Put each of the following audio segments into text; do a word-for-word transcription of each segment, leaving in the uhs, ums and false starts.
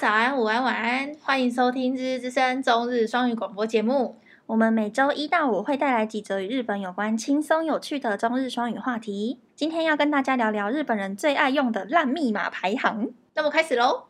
早安、午安、晚安，欢迎收听日日之声中日双语广播节目。 我们每周一到五会带来几则与日本有关、轻松有趣的中日双语话题。今天要跟大家聊聊日本人最爱用的烂密码排行。 那么开始喽！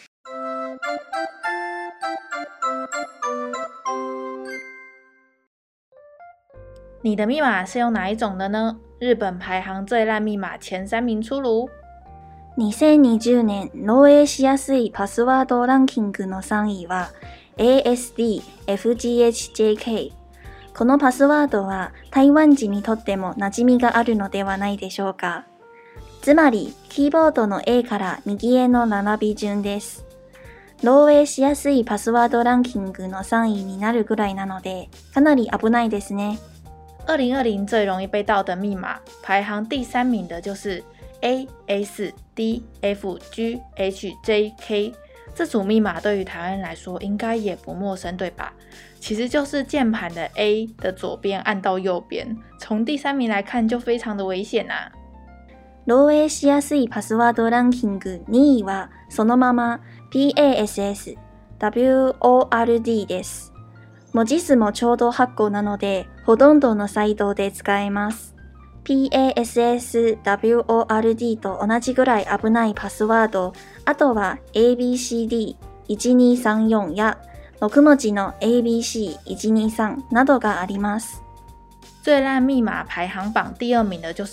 你的密码是用哪一种的呢？日本排行最烂密码前三名出炉。 にせんにじゅうねん漏洩しやすいパスワードランキングのさんいは エーエスディーエフジーエイチジェーケー。このパスワードは台湾人にとっても馴染みがあるのではないでしょうか。つまり、キーボードの A から右への並び順です。漏洩しやすいパスワードランキングのさんいになるぐらいなので、かなり危ないですね。 二零二零最容易被盗的密码排行第三名的就是 A S D F G H J K， 这组密码对于台湾人来说应该也不陌生，对吧？其实就是键盘的 A 的左边按到右边，从第三名来看就非常的危险啊。 漏洩しやすいパスワードランキングにいはそのまま パスワード です。文字数もちょうどはっこなので、ほとんどのサイトで使えます。パスワード と同じぐらい危ないパスワード、あとは エービーシーディーいちにさんよん やろく文字の エービーシーいちにさん などがあります。 最烂密码排行榜第二名的就是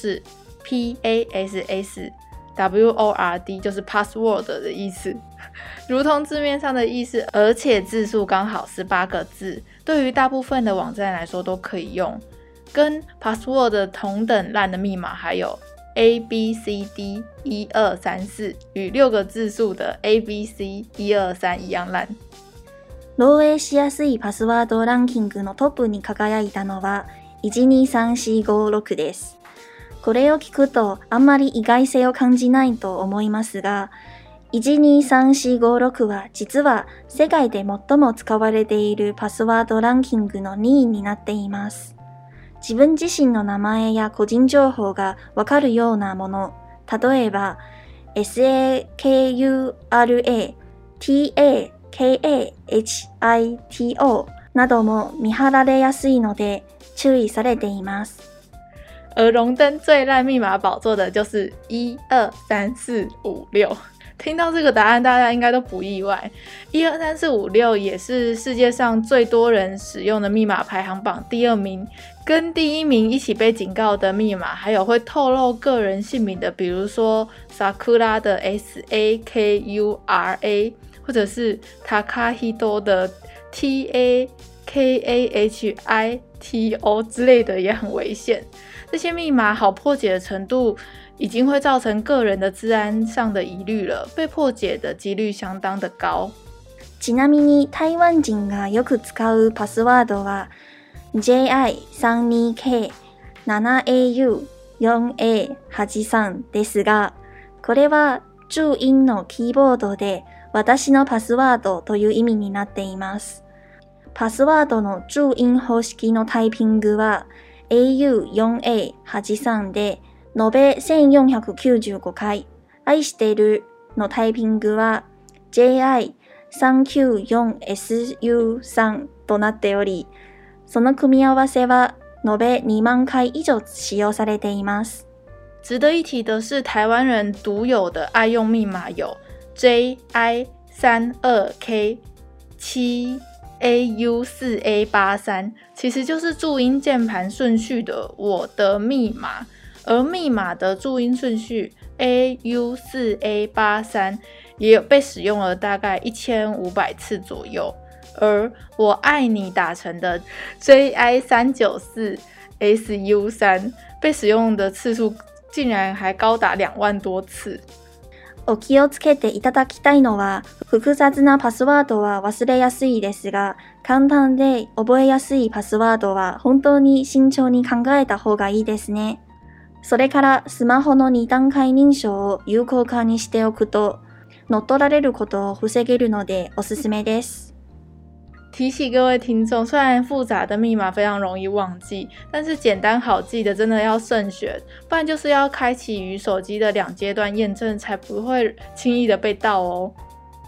P A S S W O R D， 就是 password 的意思，如同字面上的意思，而且字数刚好是八个字，对于大部分的网站来说都可以用。跟 password 同等烂的密码还有 A B C D 一二三四与六个字数的 A B C 一二三一样烂。 漏洩しやすいパスワードランキングのトップに輝いたのはいちにさんしごろくです。これを聞くとあんまり意外性を感じないと思いますが、いちにさんしごろくは実は世界で最も使われているパスワードランキングのにいになっています。自分自身の名前や個人情報がわかるようなもの、例えば エスエーケーユーアールエー、ティーエーケーエーエイチアイティーオー なども見張られやすいので注意されています。 而荣登最烂密码宝座的就是一二三四五六。听到这个答案，大家应该都不意外。一二三四五六也是世界上最多人使用的密码排行榜第二名，跟第一名一起被警告的密码，还有会透露个人姓名的，比如说 Sakura 的 S A K U R A， 或者是 Takahito 的 T A K A H I T O 之类的，也很危险。这些密码好破解的程度已经会造成个人的治安上的疑虑了，被破解的几率相当的高。 ちなみに台湾人がよく使うパスワードは ジェイアイさんにケーななエーユーよんエーはちさん ですが、これは注音のキーボードで私のパスワードという意味になっています。パスワードの注音方式のタイピングは エーユーよんエーはちさん で延べせんよんひゃくきゅうじゅうごかい、愛してるのタイピングは ジェイアイさんきゅうよんエスユーさん となっており、その組み合わせは延べにまんかい以上使用されています。 值得一提的是，台湾人独有的爱用密码有 J I 三二 K 七 A U 四 A 八三，其实就是注音键盘顺序的我的密码，而密码的注音顺序 A U 四 A 八三 也有被使用了大概一千五百次左右，而我爱你打成的 J I 三九四 S U 三 被使用的次数竟然还高达两万多次。 お気をつけていただきたいのは、複雑なパスワードは忘れやすいですが、簡単で覚えやすいパスワードは本当に慎重に考えた方がいいですね。それからスマホのに段階認証を有効化にしておくと、乗っ取られることを防げるのでおすすめです。 提醒各位听众，虽然复杂的密码非常容易忘记，但是简单好记的真的要慎选，不然就是要开启与手机的两阶段验证，才不会轻易的被盗哦。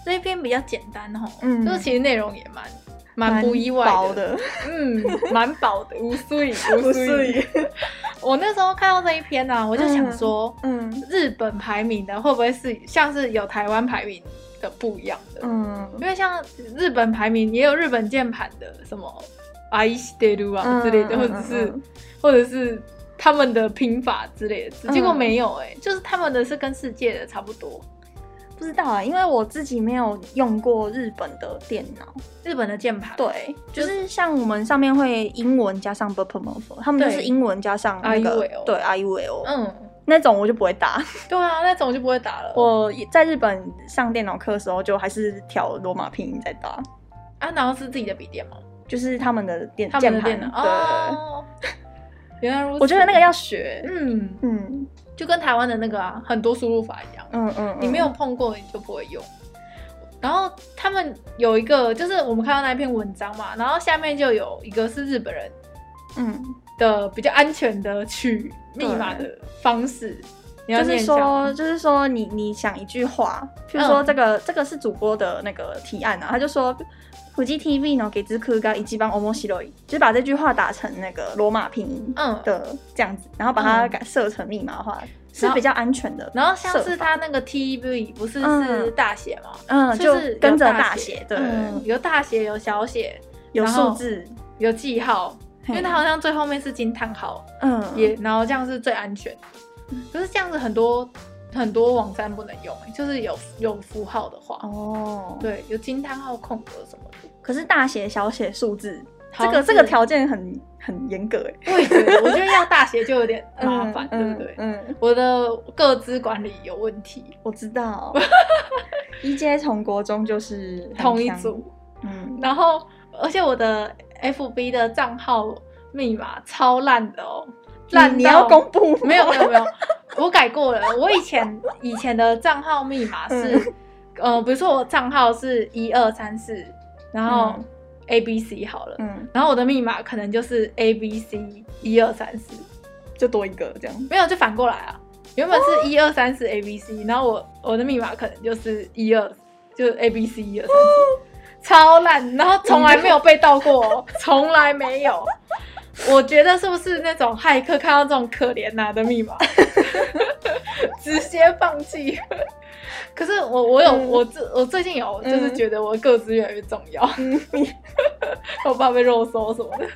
这一篇比较简单吼， 嗯就是其实内容也蛮蛮不意外的， 薄的嗯，蛮薄的，无碎无碎。我那时候看到这一篇呢、啊，我就想说，嗯，嗯日本排名的会不会是像是有台湾排名的不一样的？嗯，因为像日本排名也有日本键盘的什么愛してる啊之类的，嗯、或者是、嗯嗯、或者是他们的拼法之类的，结果没有哎、欸，嗯、就是他们的是跟世界的差不多。 不知道啊，因为我自己没有用过日本的电脑， 日本的键盘， 对，就是像我们上面会英文加上 bopomorpho， 他们就是英文加上那个对 I U L， 嗯，那种我就不会打。 对啊，那种我就不会打了。 我在日本上电脑课的时候，就还是调罗马拼音在打。 啊，然后是自己的笔电吗？ 就是他们的电他们的电脑， 对。哦原来如此， 我觉得那个要学， 嗯嗯，就跟台湾的那个啊，很多输入法一样，嗯 嗯, 嗯，你没有碰过你就不会用。然后他们有一个，就是我们看到那篇文章嘛，然后下面就有一个是日本人，嗯的比较安全的取密码的方式。你要就是说，就是说你，你你想一句话，譬如说这个、嗯、这个是主播的那个提案啊，他就说。富士 T V の月9が一番面白い，就是把这句话打成那个罗马拼音的这样子，嗯、然后把它改设成密码化，嗯、是比较安全的。 然后像是它那个 T V 不是是大写吗？ 嗯，就跟着大写，对、 嗯，有大写有小写， 有数字， 有记号，因为它好像最后面是惊叹号，嗯，也然后这样是最安全的。可是这样子很多。很多网站不能用，就是有有符号的话，哦，对，有惊叹号、空格什么的。 可是大写、小写、数字，这个这个条件很很严格哎。 我也觉得，我觉得要大写就有点麻烦，嗯、对不对？嗯，我的个资管理有问题， 我知道。E J 从国中就是同一组，嗯，然后而且我的 F B 的账号密码超烂的哦。 烂，你要公布？ 没有没有没有，我改过了。我以前以前的账号密码是，嗯、呃，比如说我账号是一二三四，然后 A B C 好了，嗯，然后我的密码可能就是 A B C 一二三四， 就多一个这样。 没有，就反过来啊。原本是一二三四 A B C， 然后我我的密码可能就是一二，就是 A B C 一二三四，超烂，然后从来没有被盗过，从来没有。我觉得是不是那种骇客看到这种可怜拿的密码，直接放弃？可是我我有、嗯、我我最近有就是觉得我个资越来越重要，嗯、我怕被肉搜什么的。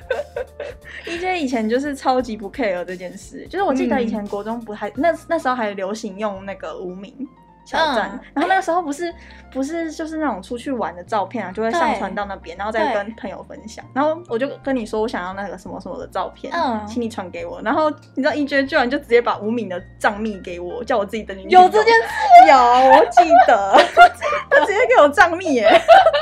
E J 以前就是超级不 care 这件事，就是我记得以前国中不还、嗯、那那时候还流行用那个无名。小站，嗯、然后那个时候不是不是就是那种出去玩的照片啊，就会上传到那边，然后再跟朋友分享。然后我就跟你说，我想要那个什么什么的照片，嗯，请你传给我。然后你知道 E J 居然就直接把无名的账密给我，叫我自己登进去。 有这件事？ 有，我记得，他直接给我账密耶。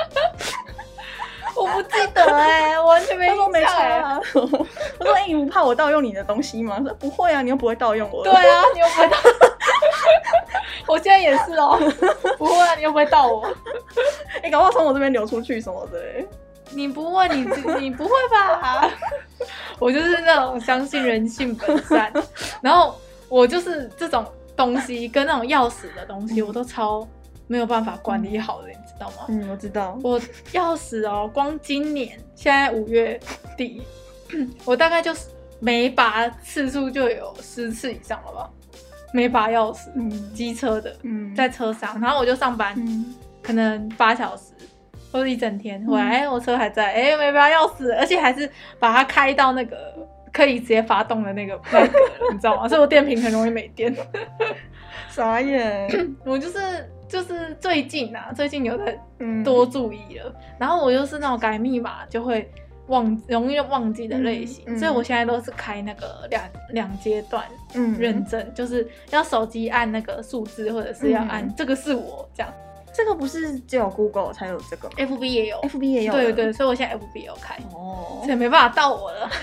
我不记得哎、欸，我完全没印象。 没差啊。我说哎、欸，你不怕我盗用你的东西吗？他说不会啊，你又不会盗用我的。 对啊，你又不会盗。我现在也是哦，不会啊，你又不会盗我。 哎、欸，搞不好从我这边流出去什么的、欸。 你不会，你你不会吧？我就是那种相信人性本善，然后我就是这种东西跟那种钥匙的东西，我都超没有办法管理好的，你知道吗？ 嗯，我知道。 我钥匙哦，光今年现在五月底，我大概就是每拔次数就有十次以上了吧。没拔钥匙，嗯，机车的，嗯，在车上，然后我就上班，嗯，可能八小时或者一整天，回来，嗯、我车还在，哎，没拔钥匙，而且还是把它开到那个可以直接发动的那个那个，你知道吗？所以我电瓶很容易没电。 傻眼， 我就是就是最近啊，最近有在多注意了，嗯、然后我又是那种改密码就会。忘容易忘记的类型，嗯嗯、所以我现在都是开那个两两阶段认证，嗯、就是要手机按那个数字，或者是要按、嗯、这个是我这样。 这个不是只有 Google 才有这个 ，F B 也有 ，F B 也有， 对对，所以我现在 F B 也有开，哦，所以没办法盗我了，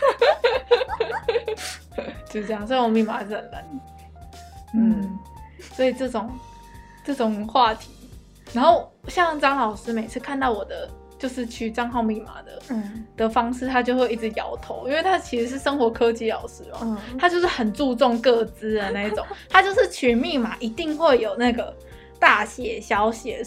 就是这样，所以我密码是很烂，嗯，嗯所以这种这种话题，然后像张老师每次看到我的。就是取账号密码的、嗯、的方式，他就会一直摇头，因为他其实是生活科技老师嘛，嗯、他就是很注重个资的那一种，他就是取密码一定会有那个大写、小写、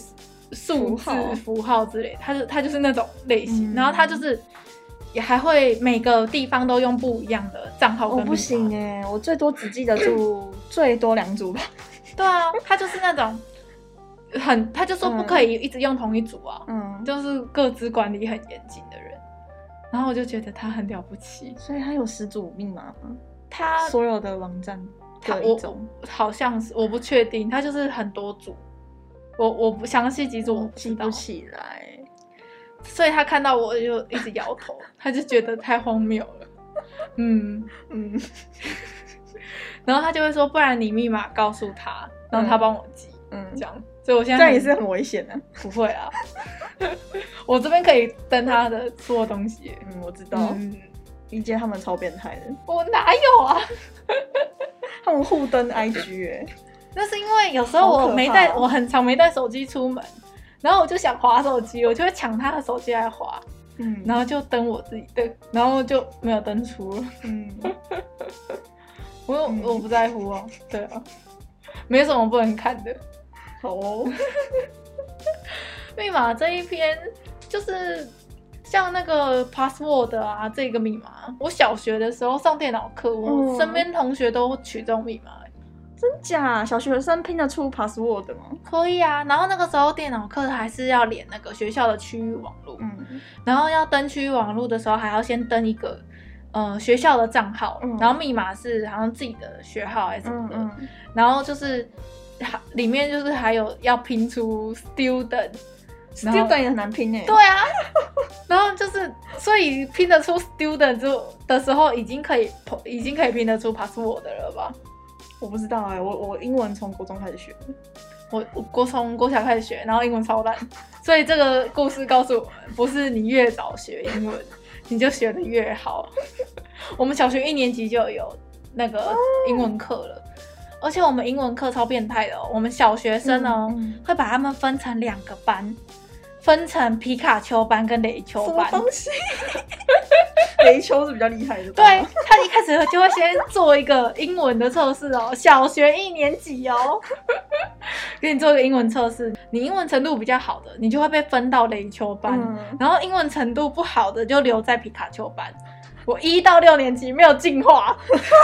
数字符号符号之类的，他就他就是那种类型， 嗯然后他就是也还会每个地方都用不一样的账号跟密码。 我不行哎，我最多只记得住最多两组吧。 对啊，他就是那种很，他就说不可以一直用同一组啊， 嗯， 就是各自管理很严谨的人。然后我就觉得他很了不起， 所以他有十组密码吗？ 他所有的网站他我各一种， 好像是我不确定，他就是很多组，我我不详细几组我不知道记不起来。 所以他看到我就一直摇头，他就觉得太荒谬了。嗯嗯， 然后他就会说，不然你密码告诉他，然后他帮我记， 嗯， 这样。所以我现在这样也是很危险的、啊。 不会啊，我这边可以登他的所有东西。 嗯，我知道， 嗯， 理解他们超变态的， 我哪有啊？ 他们互登 I G 哎、 那是因为有时候我没带， 好可怕哦我很常没带手机出门，然后我就想滑手机，我就会抢他的手机来滑， 嗯， 然后就登我自己的，然后就没有登出了。 嗯， 我嗯我不在乎哦，对啊，没什么不能看的。 好哦， 密码这一篇就是像那个 password 啊，这个密码，我小学的时候上电脑课，我嗯身边同学都取这种密码、欸。 真假？小学生拼得出 password 吗？ 可以啊，然后那个时候电脑课还是要连那个学校的区域网络， 嗯然后要登区域网络的时候还要先登一个呃学校的账号， 嗯然后密码是好像自己的学号还是什么的， 嗯嗯， 然后就是里面就是还有要拼出 student。然后 student 也很难拼诶。 对啊，然后就是所以拼得出 student 就的时候，已经可以已经可以拼得出 password 的了吧？ 我不知道哎、我我英文从国中开始学。 我我国从国小开始学，然后英文超烂，所以这个故事告诉我们，不是你越早学英文，你就学得越好。我们小学一年级就有那个英文课了，而且我们英文课超变态的哦。我们小学生呢、 嗯嗯会把他们分成两个班，分成皮卡丘班跟雷丘什么班。 东西？雷丘是比较厉害的。 对，他一开始就会先做一个英文的测试哦，小学一年级哦，给你做一个英文测试。你英文程度比较好的，你就会被分到雷丘班， 嗯然后英文程度不好的就留在皮卡丘班。我一到六年级没有进化，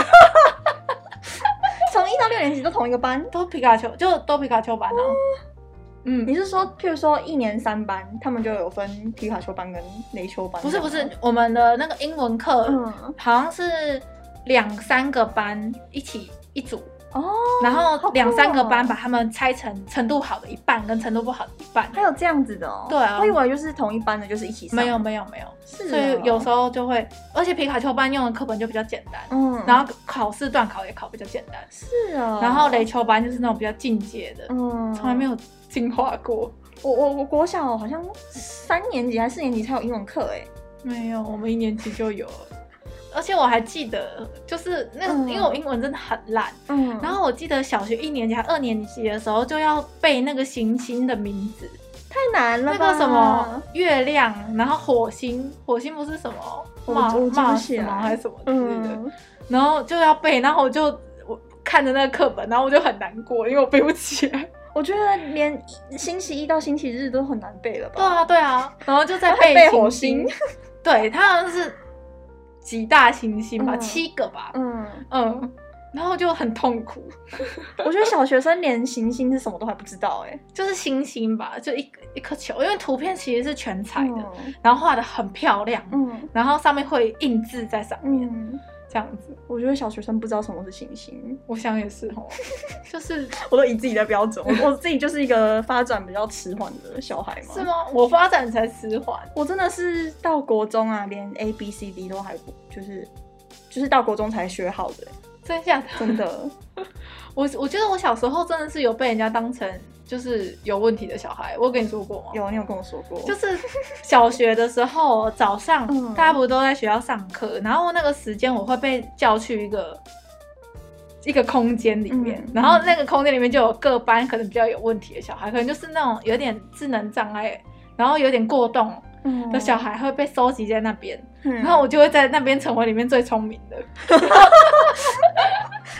从一到六年级都同一个班。 都皮卡丘，就都皮卡丘班啊。嗯， 你是说，譬如说一年三班，他们就有分皮卡丘班跟雷丘班？ 不是不是，我们的那个英文课、 嗯好像是两三个班一起一组。 哦， 然后两三个班好酷哦把他们拆成程度好的一半跟程度不好的一半。 还有这样子的哦。 对啊我以为就是同一班的，就是一起上。 没有没有没有， 是哦所以有时候就会，而且皮卡丘班用的课本就比较简单， 嗯， 然后考试段考也考比较简单， 是哦， 然后雷丘班就是那种比较进阶的， 嗯， 从来没有进化过。 我我我国小好像三年级还是四年级才有英文课哎。 没有，我们一年级就有了。而且我还记得，就是那个， 嗯因为我英文真的很烂， 嗯， 然后我记得小学一年级还二年级的时候就要背那个行星的名字， 太难了吧？ 那个什么月亮，然后火星，火星不是什么马我我记不马什起来么还是什么之类的， 嗯， 然后就要背，然后我就我看着那个课本，然后我就很难过，因为我背不起来。 我觉得连星期一到星期日都很难背了吧？ 对啊，对啊，然后就在还背火行星星， 对，它好像是几大行星吧， 嗯七个吧， 嗯， 嗯，然后就很痛苦， 我觉得小学生连行星是什么都还不知道哎。 就是星星吧，就一一颗球，因为图片其实是全彩的， 嗯然后画的很漂亮， 嗯然后上面会印字在上面， 嗯， 这样子， 我觉得小学生不知道什么是行星， 我想也是哦，就是我都以自己的标准，我我自己就是一个发展比较迟缓的小孩嘛。 是吗？我发展才迟缓， 我真的是到国中啊，连 A B C D 都还不就是就是到国中才学好的， 真假的？ 真的。 我我觉得我小时候真的是有被人家当成就是有问题的小孩，我有跟你说过吗？ 有，你有跟我说过， 就是小学的时候早上、 嗯大家不都在学校上课，然后那个时间我会被叫去一个一个空间里面， 嗯然后那个空间里面就有各班可能比较有问题的小孩，可能就是那种有点智能障碍，然后有点过动嗯的小孩会被收集在那边， 嗯然后我就会在那边成为里面最聪明的。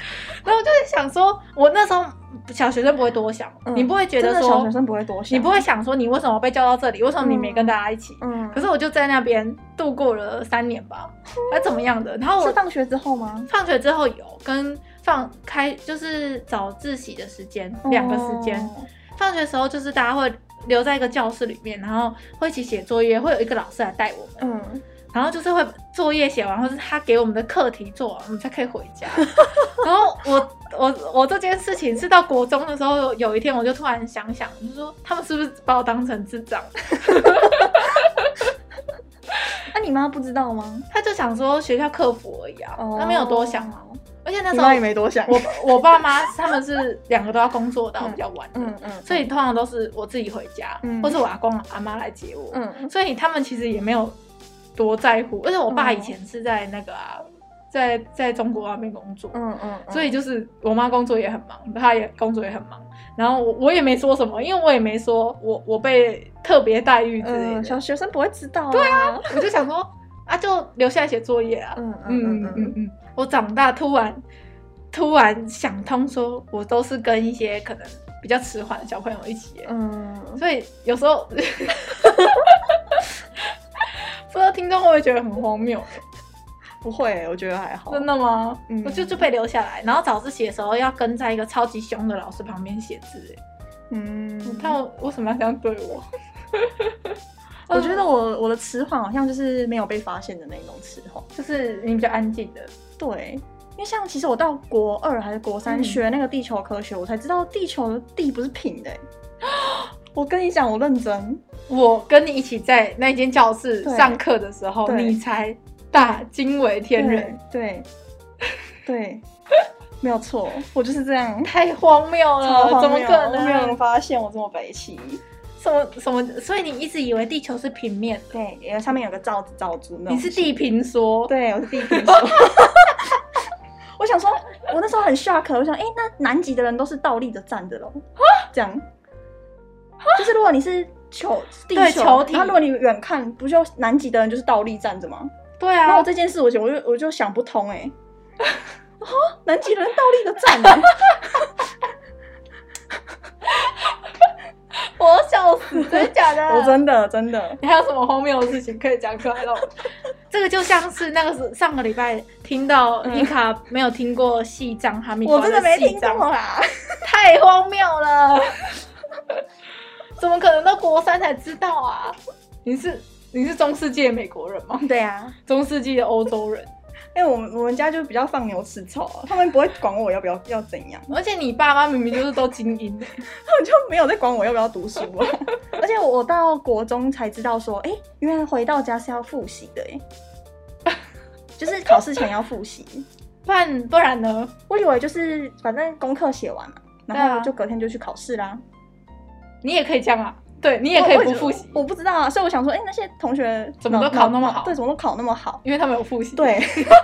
然后我就在想说，我那时候小学生不会多想，嗯、你不会觉得说小学生不会多想， 你不会想说你为什么被叫到这里，为什么你没跟大家一起？嗯，可是我就在那边度过了三年吧，还怎么样的？然后我是放学之后吗？ 放学之后有跟放开就是早自习的时间两、哦、个时间，放学的时候就是大家会留在一个教室里面，然后会一起写作业，会有一个老师来带我们。嗯。然后就是会作业写完，或是他给我们的课题做完，我们才可以回家。然后我我我这件事情是到国中的时候，有一天我就突然想想，就说他们是不是把我当成智障？ 那、啊、你妈不知道吗？ 他就想说学校克服而已啊，他、oh. 没有多想啊。而且那时候你妈也没多想。 我我爸妈他们是两个都要工作到比较晚的，嗯嗯，所以通常都是我自己回家，嗯、或是我阿公阿妈来接我，嗯，所以他们其实也没有多在乎，而且我爸以前是在那个啊，在在中国那边工作，嗯嗯，所以就是我妈工作也很忙，他也工作也很忙，然后我我也没说什么，因为我也没说我我被特别待遇之类的、 嗯，小学生不会知道、啊， 对啊，我就想说啊，就留下来写作业啊，嗯嗯嗯嗯嗯，我长大突然突然想通，说我都是跟一些可能比较迟缓的小朋友一起，嗯，所以有时候。不知道听众会不会觉得很荒谬？ 不会，我觉得还好。 真的吗？嗯，我就就被留下来，然后早自习的时候要跟在一个超级凶的老师旁边写字。嗯，他们为什么要这样对我？ 我觉得我我的迟缓好像就是没有被发现的那种迟缓， 就是你比较安静的。 对，因为像其实我到国二还是国三学那个地球科学，嗯、我才知道地球的地不是平的。我跟你讲，我认真。 我跟你一起在那间教室上课的时候，你才大惊为天人。 对，对，对没有错，我就是这样。 太荒谬了， 荒谬怎么可能？ 没有人发现我这么北七。 什么什么？所以你一直以为地球是平面？ 对，因为上面有个罩子罩住那种。 你是地平说？ 对，我是地平说。我想说，我那时候很 shock， 我想，哎、欸，那南极的人都是倒立着站的咯，这样。就是如果你是球地球， 球体， 然后如果你远看，不就南极的人就是倒立站着吗？ 对啊。 然后这件事我就我就我就想不通哎、欸，啊，南极人倒立的站着、欸， 我笑死，真的假的？ 我真的真的。 你还有什么荒谬的事情可以讲出来的？这个就像是那个上个礼拜听到伊卡没有听过细藏哈密瓜的细藏， 我真的没听过啦， 太荒谬了。怎么可能到国三才知道啊？你是你是中世纪的美国人吗？ 对啊， 中世纪的欧洲人。 因为我们我们家就比较放牛吃草啊，他们不会管我要不要要怎样。 而且你爸妈明明就是都精英，他们就没有在管我要不要读书啊。而且我到国中才知道说，哎、欸，原来回到家是要复习的哎，就是考试前要复习。 不然不然呢？ 我以为就是反正功课写完嘛，然后就隔天就去考试啦。 你也可以这样啊。对，你也可以不复习。 我不知道啊，所以我想说，哎、欸，那些同学怎么都考那么好？ 对，怎么都考那么好？ 因为他们有复习。 对。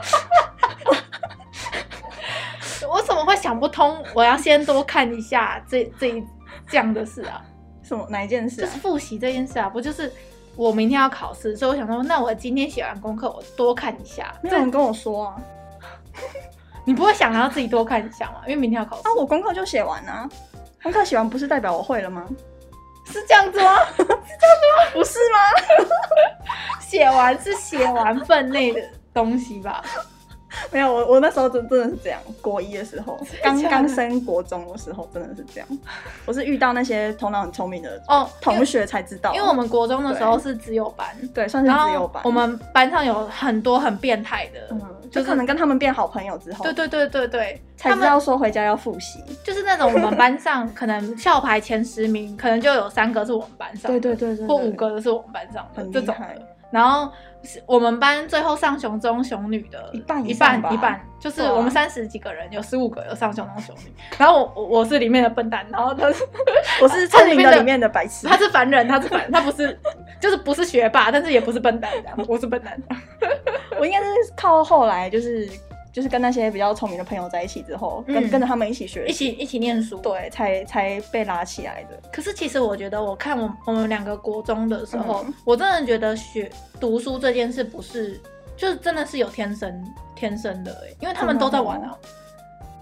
我怎么会想不通？我要先多看一下这这一这样的事啊？ 什么哪一件事、啊？ 就是复习这件事啊，不就是我明天要考试，所以我想说，那我今天写完功课，我多看一下。 没有人跟我说啊。 你不会想要自己多看一下吗？因为明天要考试。 啊，我功课就写完啊，功课写完不是代表我会了吗？ 是这样子吗？是这样子吗？ 不是吗？ 写完是写完分内的东西吧？ 没有，我我那时候真真的是这样。国一的时候，刚刚升国中的时候，真的是这样。我是遇到那些头脑很聪明的哦同学才知道， 因为我们国中的时候是资优班， 对，算是资优班。 我们班上有很多很变态的， 嗯，就可能跟他们变好朋友之后， 对对对对对， 才知道说回家要复习。 就是那种我们班上可能校排前十名，可能就有三个是我们班上的， 对对对 对, 对， 或五个是我们班上的很这种的。然后我们班最后上雄中雄女的一半一半一半，就是我们三十几个人，有十五个有上雄中雄女。然后我我是里面的笨蛋，然后他是我是聪明的里面的白痴， 他是凡人，他是凡人，他不是就是不是学霸，但是也不是笨蛋这样，我是笨蛋。 我应该是靠后来就是就是跟那些比较聪明的朋友在一起之后，跟、嗯、跟着他们一起学习， 一起一起念书， 对，才才被拉起来的。 可是其实我觉得，我看我我们两个国中的时候，嗯、我真的觉得学读书这件事不是，就是真的是有天生天生的哎、欸，因为他们都在玩啊。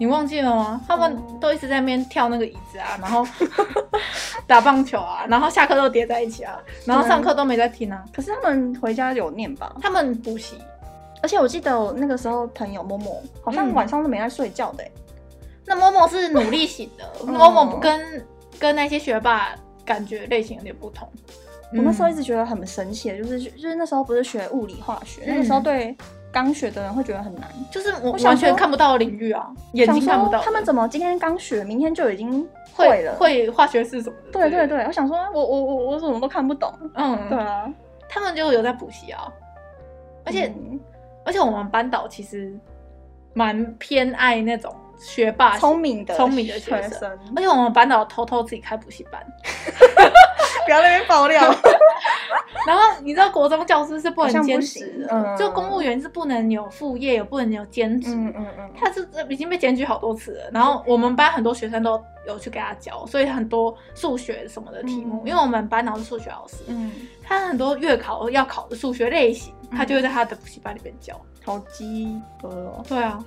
你忘记了吗？他们都一直在那边跳那个椅子啊，然后打棒球啊，然后下课都叠在一起啊，然后上课都没在听啊。 可是他们回家有念吧？ 他们补习， 而且我记得我那个时候朋友默默好像晚上都没在睡觉的、欸嗯、 那默默是努力型的，默默跟跟那些学霸感觉类型有点不同。 我那时候一直觉得很神奇的，就是就是那时候不是学物理化学，嗯、那个时候对刚学的人会觉得很难， 就是我完全看不到的领域啊，眼睛看不到。 他们怎么今天刚学，明天就已经会了？ 会化学式什么的？ 对对对，我想说我我我我什么都看不懂。嗯，对啊， 他们就有在补习啊，而且、嗯、而且我们班导其实蛮偏爱那种学霸、 聪明的、 聪明的学生，而且我们班导偷偷自己开补习班。 不要在那边爆料。 然后你知道国中教师是不能兼职的， 嗯、 就公务员是不能有副业，也不能有兼职。嗯嗯嗯，他是已经被检举好多次了。然后我们班很多学生都有去给他教，所以很多数学什么的题目，嗯、因为我们班导是数学老师，嗯，他很多月考要考的数学类型，嗯、他就会在他的补习班里面教。 好鸡巴哦！ 对啊，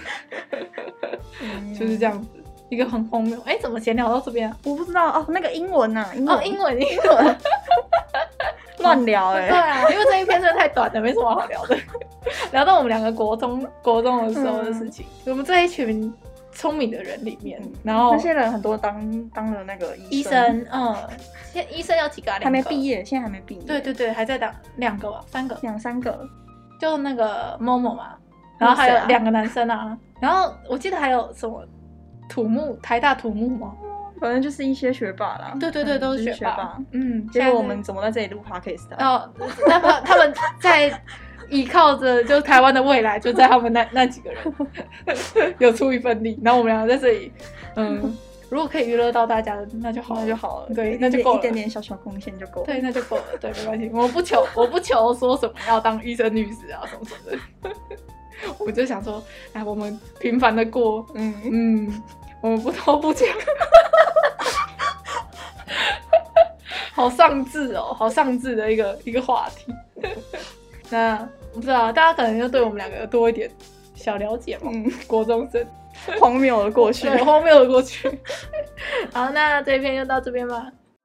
就是这样子。一个很荒谬，哎，怎么闲聊到这边啊？ 我不知道哦，那个英文啊，英文， 哦，英文，英文， 乱聊哎、欸。 对啊，因为这一篇真的太短了，没什么好聊的。聊到我们两个国中国中的时候的事情，嗯、我们这一群聪明的人里面，嗯、然后那些人很多当当了那个医生， 医生，嗯，现在医生有几个、啊？ 还没毕业，现在还没毕业。 对对对，还在当两个吧，三个， 两三个， 就那个 Momo 嘛，然后还有两个男生啊，然后我记得还有什么。土木，台大土木吗？ 反正就是一些学霸啦。 对对对， 嗯、 都是学霸, 学霸。 嗯， 结果我们怎么在这里录 podcast 啊？ 哦，那么他们在依靠着就台湾的未来，就在他们那那几个人有出一份力，然后我们两个在这里，嗯，如果可以娱乐到大家，那就好， 那就好了。 对，那就够了， 一点点小小贡献就够了。 对，那就够了。对，没关系，我不求，我不求说什么要当医生、律师啊什么什么的。我就想说，哎，我们平凡的过，嗯嗯，我们不偷不抢，好上智哦，好上智的一个一个话题。那我不知道，大家可能就对我们两个多一点小了解嘛。嗯，国中生荒谬的过去， 对，荒谬的过去。好，那这一篇就到这边吧。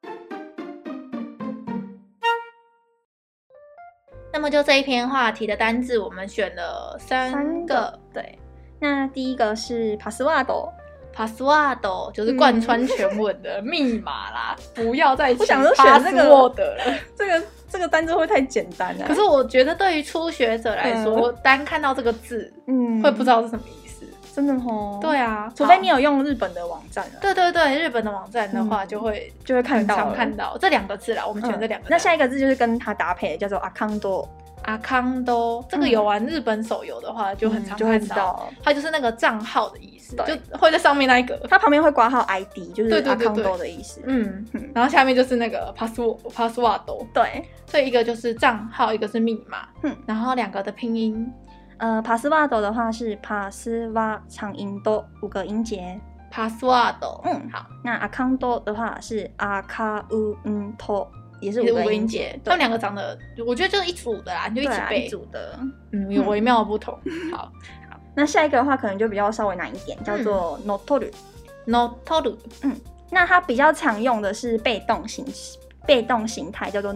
那么就这一篇话题的单字，我们选了三个。 三个对，那第一个是 password。password 就是贯穿全文的密码啦，嗯、不要再我想说选这个 password 了， 这个这个单字会太简单了。 可是我觉得对于初学者来说，嗯、单看到这个字，嗯，会不知道是什么意思。 真的齁。 对啊， 除非你有用日本的网站了。 对对对，日本的网站的话就会、 嗯、就会看到， 常看到这两个字啦。我们选这两个、 嗯。那下一个字就是跟它搭配的，叫做 account。 阿康多，这个有玩日本手游的话，嗯、就很常看到， 就会知道， 它就是那个账号的意思，就会在上面那一个， 它旁边会挂号 I D， 就是阿康多的意思。 嗯，嗯然后下面就是那个 password password。 对， 所以一个就是账号，一个是密码。嗯，然后两个的拼音， 呃 password 的话是 password 长音多五个音节 password。 嗯，好，那 account 的话是 account。也是五个音节， 他们两个长得，我觉得就是一组的啦，你就一起背。 一组的， 嗯，有微妙的不同。好， 好，那下一个的话可能就比较稍微难一点，叫做 notoru。notoru， 嗯， 那它比较常用的是被动形被动形态，叫做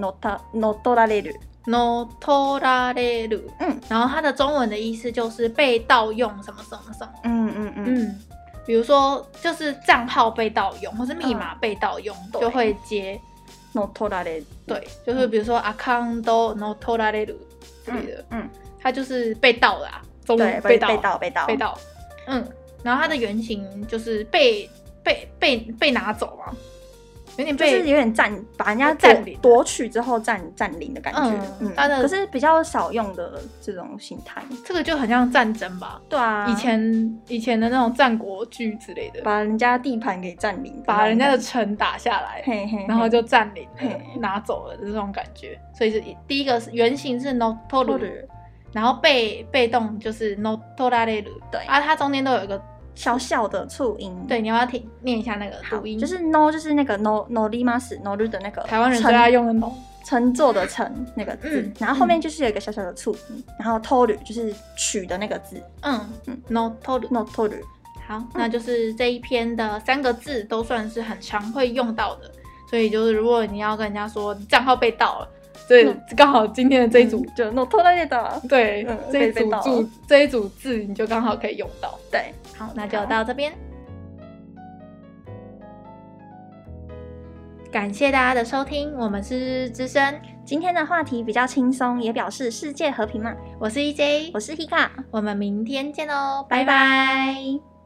notorareru。notorareru， 嗯，然后它的中文的意思就是被盗用什么什么什么。 嗯嗯嗯嗯，比如说就是账号被盗用，或是密码被盗用，嗯、就会接。 notorareru， 对，就是比如说 account notorareru 之类的，嗯，它就是被盗啦、啊，中文被盗， 被盗，被盗， 被盗，嗯，然后它的原型就是被被被被拿走嘛，有点被， 就是有点占，把人家占领夺取之后占占领的感觉，嗯，嗯它的可是比较少用的这种形态， 这个就很像战争吧？ 对啊， 以前以前的那种战国剧之类的， 把人家地盘给占领， 把人家的城打下来， 嘿嘿嘿然后就占领了拿走了的这种感觉。所以是第一个是原型是 notoru， 然后被被动就是 notorareru， 对啊，它中间都有一个。 小小的促音， 对，你要不要听念一下那个读音？ 就是 no， 就是那个 no norimasu noru 的那个台湾人最爱用的 no， 乘坐的乘那个字，嗯、然后后面就是有一个小小的促音，嗯、然后 toru 就是取的那个字， 嗯嗯 ，no toru no toru。 好，那就是这一篇的三个字都算是很常会用到的，所以就是如果你要跟人家说账号被盗了，所以刚好今天的这一组、 嗯、就 no 取られた， 对、 嗯、 这一组组这一组字你就刚好可以用到。 对， 好，那就到这边。感谢大家的收听，我们是日日之声。 今天的话题比较轻松，也表示世界和平嘛。 我是 E J， 我是 Hika， 我们明天见喽，拜拜。